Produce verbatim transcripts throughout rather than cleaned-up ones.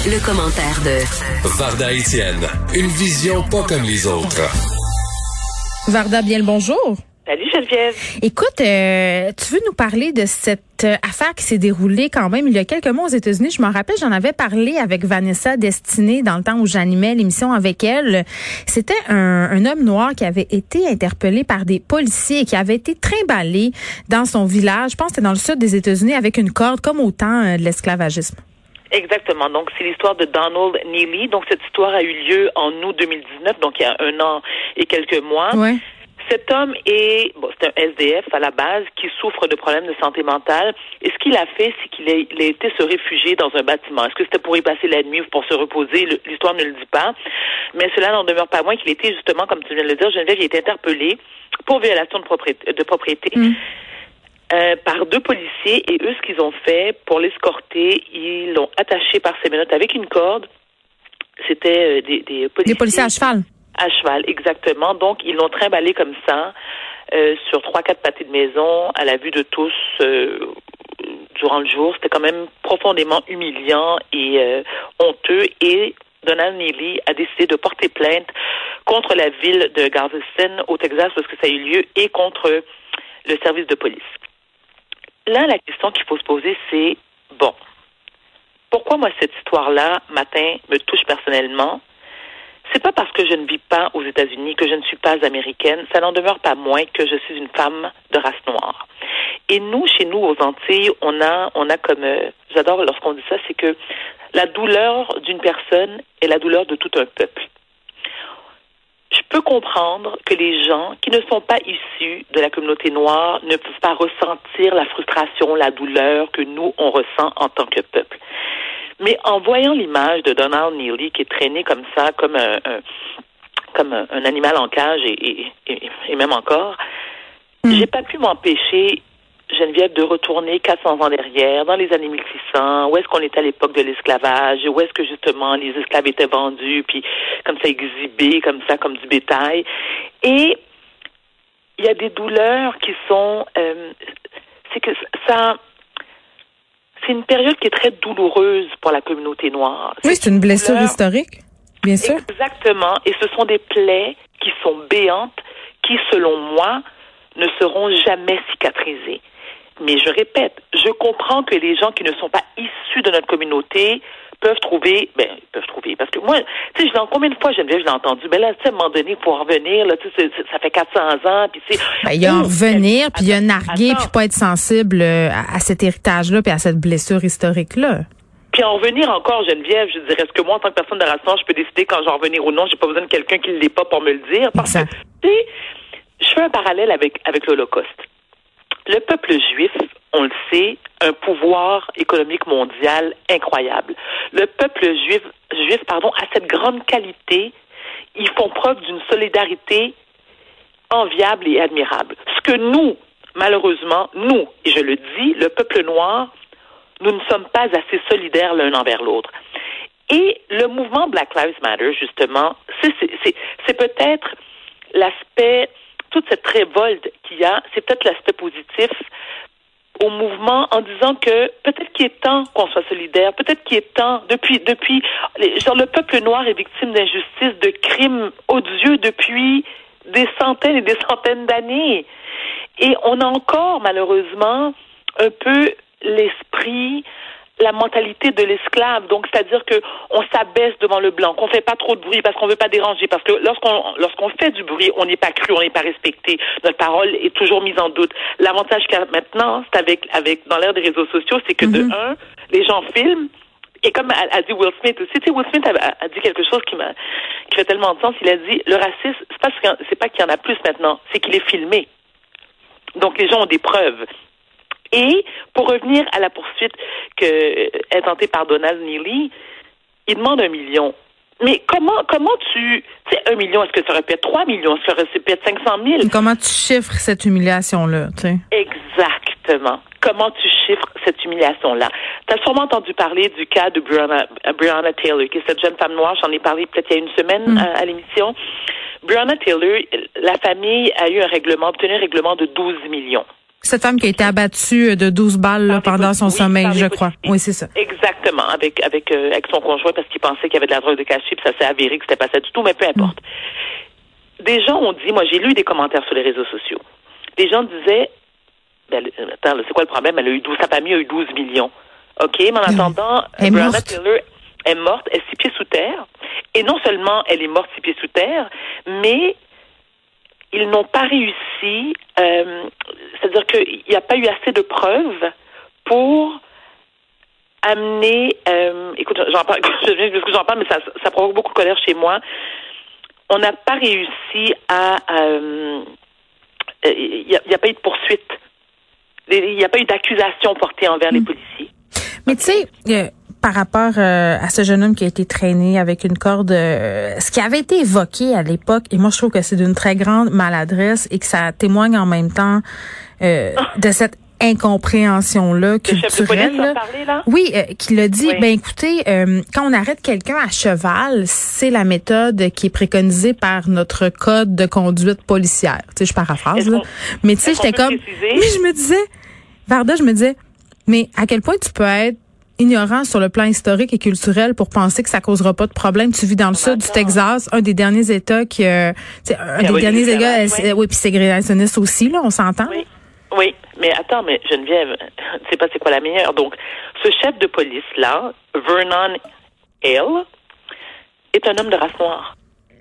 Le commentaire de Varda Étienne, une vision pas comme les autres. Varda, bien le bonjour. Salut Geneviève. Écoute, euh, tu veux nous parler de cette euh, affaire qui s'est déroulée quand même il y a quelques mois aux États-Unis. Je m'en rappelle, j'en avais parlé avec Vanessa Destinée dans le temps où j'animais l'émission avec elle. C'était un, un homme noir qui avait été interpellé par des policiers et qui avait été trimballé dans son village. Je pense que c'était dans le sud des États-Unis avec une corde comme au temps euh, de l'esclavagisme. Exactement. Donc, c'est l'histoire de Donald Neely. Donc, cette histoire a eu lieu en août deux mille dix-neuf, donc il y a un an et quelques mois. Ouais. Cet homme est, bon, c'est un S D F à la base qui souffre de problèmes de santé mentale. Et ce qu'il a fait, c'est qu'il a, il a été se réfugier dans un bâtiment. Est-ce que c'était pour y passer la nuit ou pour se reposer? Le, l'histoire ne le dit pas. Mais cela n'en demeure pas moins qu'il était justement, comme tu viens de le dire, Geneviève, il a été interpellé pour violation de propriété. De propriété. Mm. Euh, par deux policiers, et eux, ce qu'ils ont fait, pour l'escorter, ils l'ont attaché par ses menottes avec une corde. C'était euh, des, des policiers... Des policiers à cheval. À cheval, exactement. Donc, ils l'ont trimballé comme ça, euh, sur trois, quatre pâtés de maison, à la vue de tous, euh, durant le jour. C'était quand même profondément humiliant et euh, honteux. Et Donald Neely a décidé de porter plainte contre la ville de Galveston, au Texas, parce que ça a eu lieu, et contre le service de police. Là, la question qu'il faut se poser, c'est, bon, pourquoi moi cette histoire-là, matin, me touche personnellement? C'est pas parce que je ne vis pas aux États-Unis, que je ne suis pas américaine, ça n'en demeure pas moins que je suis une femme de race noire. Et nous, chez nous, aux Antilles, on a, on a comme, euh, j'adore lorsqu'on dit ça, c'est que la douleur d'une personne est la douleur de tout un peuple. Je peux comprendre que les gens qui ne sont pas issus de la communauté noire ne peuvent pas ressentir la frustration, la douleur que nous, on ressent en tant que peuple. Mais en voyant l'image de Donald Neely qui est traîné comme ça, comme un, un comme un, un animal en cage et, et, et, et même encore, mm. j'ai pas pu m'empêcher, Geneviève, de retourner quatre cents ans derrière, dans les années mille six cents, où est-ce qu'on était à l'époque de l'esclavage, où est-ce que justement les esclaves étaient vendus, puis comme ça exhibés, comme ça, comme du bétail. Et il y a des douleurs qui sont... Euh, c'est que ça... C'est une période qui est très douloureuse pour la communauté noire. Oui, c'est, c'est une blessure douleur... historique, bien sûr. Exactement. Et ce sont des plaies qui sont béantes, qui, selon moi, ne seront jamais cicatrisées. Mais je répète, je comprends que les gens qui ne sont pas issus de notre communauté peuvent trouver, ben, peuvent trouver, parce que moi, tu sais, je l'ai, combien de fois, Geneviève, je l'ai entendu, ben là, tu sais, à un moment donné, pour en revenir, là, tu sais, ça fait quatre cents ans, puis tu sais. Ben, il y a en revenir, puis il y a narguer, puis pas être sensible à, à cet héritage-là, puis à cette blessure historique-là. Puis en revenir encore, Geneviève, je dirais, est-ce que moi, en tant que personne de race noire, je peux décider quand j'en revenir ou non, j'ai pas besoin de quelqu'un qui ne l'est pas pour me le dire, parce exact. que, tu sais, je fais un parallèle avec, avec l'Holocauste. Le peuple juif, on le sait, un pouvoir économique mondial incroyable. Le peuple juif, juif, pardon, a cette grande qualité. Ils font preuve d'une solidarité enviable et admirable. Ce que nous, malheureusement, nous, et je le dis, le peuple noir, nous ne sommes pas assez solidaires l'un envers l'autre. Et le mouvement Black Lives Matter, justement, c'est, c'est, c'est, c'est peut-être l'aspect... toute cette révolte qu'il y a, c'est peut-être l'aspect positif au mouvement en disant que peut-être qu'il est temps qu'on soit solidaire, peut-être qu'il est temps, depuis, depuis, genre le peuple noir est victime d'injustice, de crimes odieux depuis des centaines et des centaines d'années. Et on a encore, malheureusement, un peu l'esprit, la mentalité de l'esclave. Donc, c'est-à-dire que on s'abaisse devant le blanc, qu'on fait pas trop de bruit parce qu'on veut pas déranger, parce que lorsqu'on lorsqu'on fait du bruit, on n'est pas cru, on n'est pas respecté. Notre parole est toujours mise en doute. L'avantage qu'il y a maintenant, c'est avec avec dans l'ère des réseaux sociaux, c'est que mm-hmm. de un, les gens filment. Et comme a, a dit Will Smith aussi, tu sais, Will Smith a, a dit quelque chose qui m'a qui fait tellement de sens. Il a dit le racisme, c'est pas c'est pas qu'il y en a plus maintenant, c'est qu'il est filmé. Donc les gens ont des preuves. Et pour revenir à la poursuite que est tentée par Donald Neely, il demande un million. Mais comment comment tu... Tu sais, un million, est-ce que ça aurait pu être trois millions? Est-ce que ça aurait pu être cinq cent mille? Comment tu chiffres cette humiliation-là, tu sais? Exactement. Comment tu chiffres cette humiliation-là? Tu as sûrement entendu parler du cas de Breonna, Breonna Taylor, qui est cette jeune femme noire. J'en ai parlé peut-être il y a une semaine mm. à, à l'émission. Breonna Taylor, la famille a eu un règlement, obtenu un règlement de douze millions. Cette femme qui a été abattue de douze balles là, pendant son oui, sommeil, je crois. Oui, c'est ça. Exactement, avec avec euh, avec son conjoint parce qu'il pensait qu'il y avait de la drogue de cachet, puis ça s'est avéré que c'était pas ça du tout, mais peu importe. Mm. Des gens ont dit, moi j'ai lu des commentaires sur les réseaux sociaux. Des gens disaient, ben, attends, là, c'est quoi le problème? Elle a eu douze, sa famille a eu douze millions. OK, mais en attendant, elle Breonna Taylor est morte, elle est six pieds sous terre. Et non seulement elle est morte six pieds sous terre, mais ils n'ont pas réussi, euh, c'est-à-dire qu'il n'y a pas eu assez de preuves pour amener, euh, écoute, j'en parle, je viens parce que j'en parle, mais ça, ça provoque beaucoup de colère chez moi. On n'a pas réussi à, euh, il n'y a, y a pas eu de poursuite, il n'y a pas eu d'accusation portée envers mmh. les policiers. Mais tu sais, euh, par rapport euh, à ce jeune homme qui a été traîné avec une corde, euh, ce qui avait été évoqué à l'époque, et moi je trouve que c'est d'une très grande maladresse et que ça témoigne en même temps euh, ah. de cette incompréhension-là culturelle. Le chef de police là. Parlé, là? Oui, euh, qui l'a dit, oui. ben écoutez, euh, quand on arrête quelqu'un à cheval, c'est la méthode qui est préconisée par notre code de conduite policière. Tu sais, je paraphrase, là. Mais tu sais, j'étais comme... Préciser? Oui, je me disais, Varda, je me disais, mais à quel point tu peux être ignorant sur le plan historique et culturel pour penser que ça causera pas de problème. Tu vis dans le sud du Texas, un des derniers États qui, euh, un des derniers États, oui, oui puis ségrégationniste aussi, là, on s'entend. Oui, oui, mais attends, mais Geneviève, tu sais pas c'est quoi la meilleure. Donc, ce chef de police là, Vernon Hale, est un homme de race noire.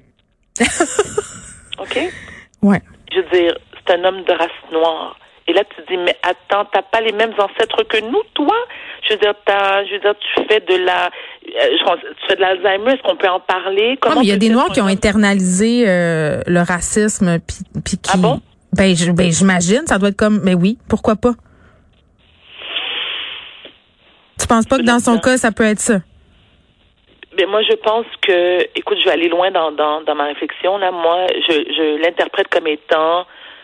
Ok. Ouais. Je veux dire, c'est un homme de race noire. Et là, tu te dis, mais attends, t'as pas les mêmes ancêtres que nous, toi? Je veux dire, t'as, je veux dire, tu fais de la, euh, tu fais de l'Alzheimer, est-ce qu'on peut en parler? Comment non, mais il y a des Noirs qui ont internalisé euh, le racisme, puis, puis qui... Ah bon? Ben, je, ben, j'imagine, ça doit être comme, mais oui, pourquoi pas? Tu penses pas que dans son cas, ça peut être ça? Ben moi, je pense que, écoute, je vais aller loin dans, dans, dans ma réflexion, là. Moi, je, je l'interprète comme étant,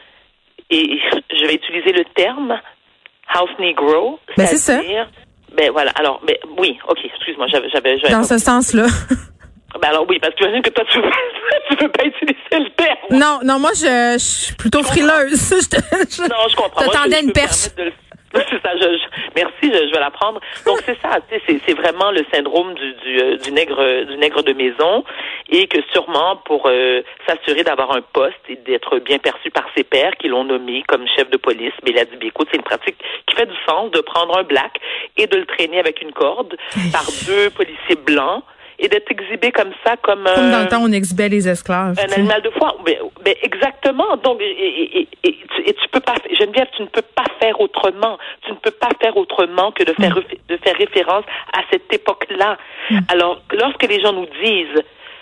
et je vais utiliser le terme house negro. Ben c'est ça. Ben voilà. Alors, ben oui, ok. Excuse-moi, j'avais, j'avais. j'avais Dans ce sens-là. Ben alors oui, parce que j'imagine que toi tu veux, tu veux pas utiliser le terme. Non, non, moi je, je suis plutôt je frileuse. je te, je, non, je comprends. T'attendais une perche. C'est ça, je, je, merci, je, je vais la prendre. Donc c'est ça, tu sais, c'est, c'est vraiment le syndrome du, du, euh, du nègre, du nègre de maison, et que sûrement pour euh, s'assurer d'avoir un poste et d'être bien perçu par ses pairs qui l'ont nommé comme chef de police, mais il a dit, écoute, c'est une pratique qui fait du sens de prendre un black et de le traîner avec une corde par deux policiers blancs. Et d'être exhibé comme ça, comme... Comme dans le temps, on exhibait les esclaves. Un animal de foire. Ben, ben, exactement. Donc, et, et, et, et, tu, et tu peux pas... Geneviève, tu ne peux pas faire autrement. Tu ne peux pas faire autrement que de faire, mm. de faire référence à cette époque-là. Mm. Alors, lorsque les gens nous disent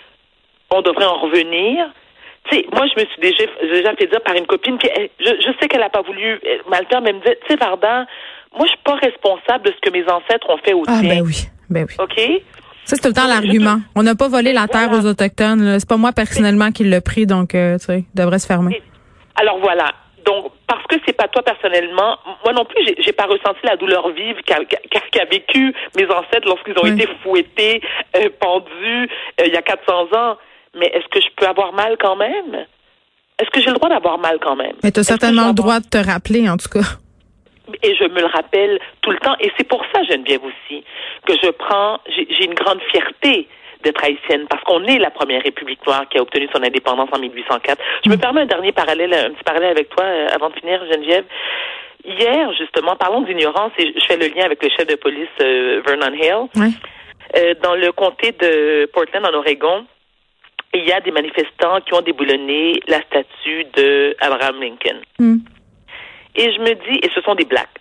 on devrait en revenir... Tu sais, moi, je me suis déjà, déjà fait dire par une copine, puis elle, je, je sais qu'elle n'a pas voulu mal faire, mais elle me disait, tu sais, Varda, moi, je suis pas responsable de ce que mes ancêtres ont fait au Ah, tien. ben oui. Ben oui. OK? Ça, c'est tout le temps l'argument. On n'a pas volé la terre voilà. aux Autochtones. Là. C'est pas moi personnellement qui l'ai pris, donc euh, tu sais, il devrait se fermer. Alors voilà. Donc, parce que c'est pas toi personnellement, moi non plus, j'ai, j'ai pas ressenti la douleur vive qu'a, qu'a, qu'a vécu mes ancêtres lorsqu'ils ont oui. été fouettés, euh, pendus, euh, il y a quatre cents ans. Mais est-ce que je peux avoir mal quand même? Est-ce que j'ai le droit d'avoir mal quand même? Mais tu as certainement le droit de te rappeler, en tout cas. Et je me le rappelle tout le temps. Et c'est pour ça, Geneviève aussi, que je prends, j'ai, j'ai une grande fierté d'être haïtienne, parce qu'on est la première République noire qui a obtenu son indépendance en mille huit cent quatre. Je me permets un dernier parallèle, un petit parallèle avec toi, euh, avant de finir, Geneviève. Hier, justement, parlons d'ignorance, et je fais le lien avec le chef de police euh, Vernon Hale. Oui. Euh, dans le comté de Portland, en Oregon, il y a des manifestants qui ont déboulonné la statue de Abraham Lincoln. Mm. Et je me dis, et ce sont des blacks,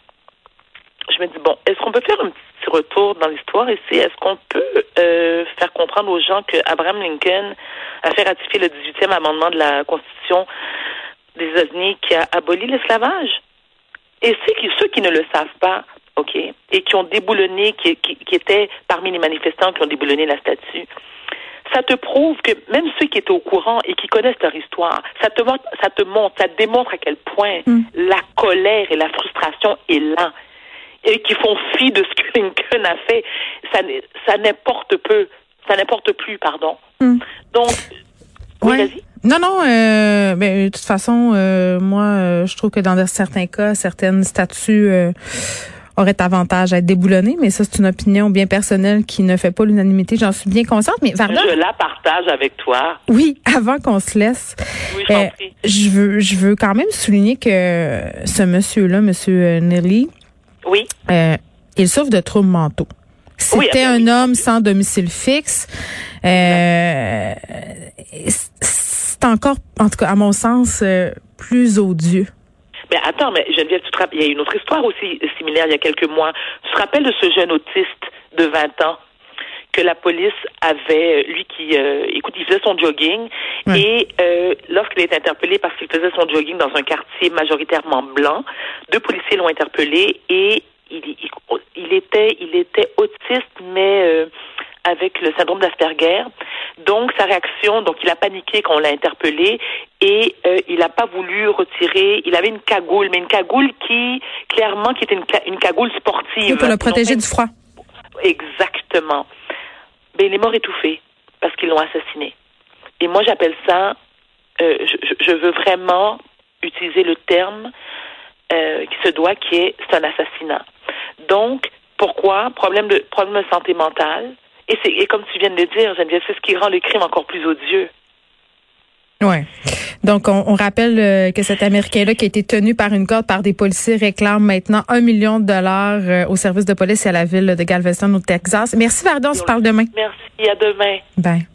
je me dis, bon, est-ce qu'on peut faire un petit retour dans l'histoire ici? Est-ce qu'on peut euh, faire comprendre aux gens que Abraham Lincoln a fait ratifier le dix-huitième amendement de la Constitution des États-Unis qui a aboli l'esclavage? Et ceux qui, ceux qui ne le savent pas, OK, et qui ont déboulonné, qui, qui, qui étaient parmi les manifestants qui ont déboulonné la statue, ça te prouve que même ceux qui étaient au courant et qui connaissent leur histoire, ça te montre, ça te montre, ça démontre à quel point mm. la colère et la frustration est là. Et qui font fi de ce que Lincoln a fait, ça, ça n'importe peu, ça n'importe plus, pardon. Mm. Donc, ouais. oui, vas-y. Non, non, euh, ben, de toute façon, euh, moi, euh, je trouve que dans certains cas, certaines statues euh, auraient avantage à être déboulonnées, mais ça, c'est une opinion bien personnelle qui ne fait pas l'unanimité, j'en suis bien consciente. Mais Varda, je la partage avec toi. Oui, avant qu'on se laisse, oui, je, euh, je veux je veux quand même souligner que ce monsieur-là, monsieur Neely, oui, euh, il souffre de troubles mentaux. C'était oui, un homme sans domicile fixe. Euh, c'est encore, en tout cas, à mon sens, euh, plus odieux. Mais attends, mais Geneviève, tu te rappelles, il y a une autre histoire aussi similaire il y a quelques mois. Tu te rappelles de ce jeune autiste de vingt ans que la police avait, lui qui, euh, écoute, il faisait son jogging ouais. et euh, lorsqu'il est interpellé parce qu'il faisait son jogging dans un quartier majoritairement blanc, deux policiers l'ont interpellé et il, il, il était, il était autiste, mais euh, avec le syndrome d'Asperger. Donc, sa réaction, donc il a paniqué quand on l'a interpellé et euh, il n'a pas voulu retirer. Il avait une cagoule, mais une cagoule qui, clairement, qui était une, une cagoule sportive. Oui, pour le protéger du froid. Exactement. Ben, il est mort étouffé parce qu'ils l'ont assassiné. Et moi, j'appelle ça, euh, je, je veux vraiment utiliser le terme euh, qui se doit, qui est, c'est un assassinat. Donc, pourquoi? Problème de, problème de santé mentale. Et, c'est, et comme tu viens de le dire, Geneviève, c'est ce qui rend le crime encore plus odieux. Oui. Donc, on, on rappelle euh, que cet Américain-là qui a été tenu par une corde par des policiers réclame maintenant un million de dollars euh, au service de police et à la ville de Galveston, au Texas. Merci, Varda, on se parle demain. Merci, à demain. Bye.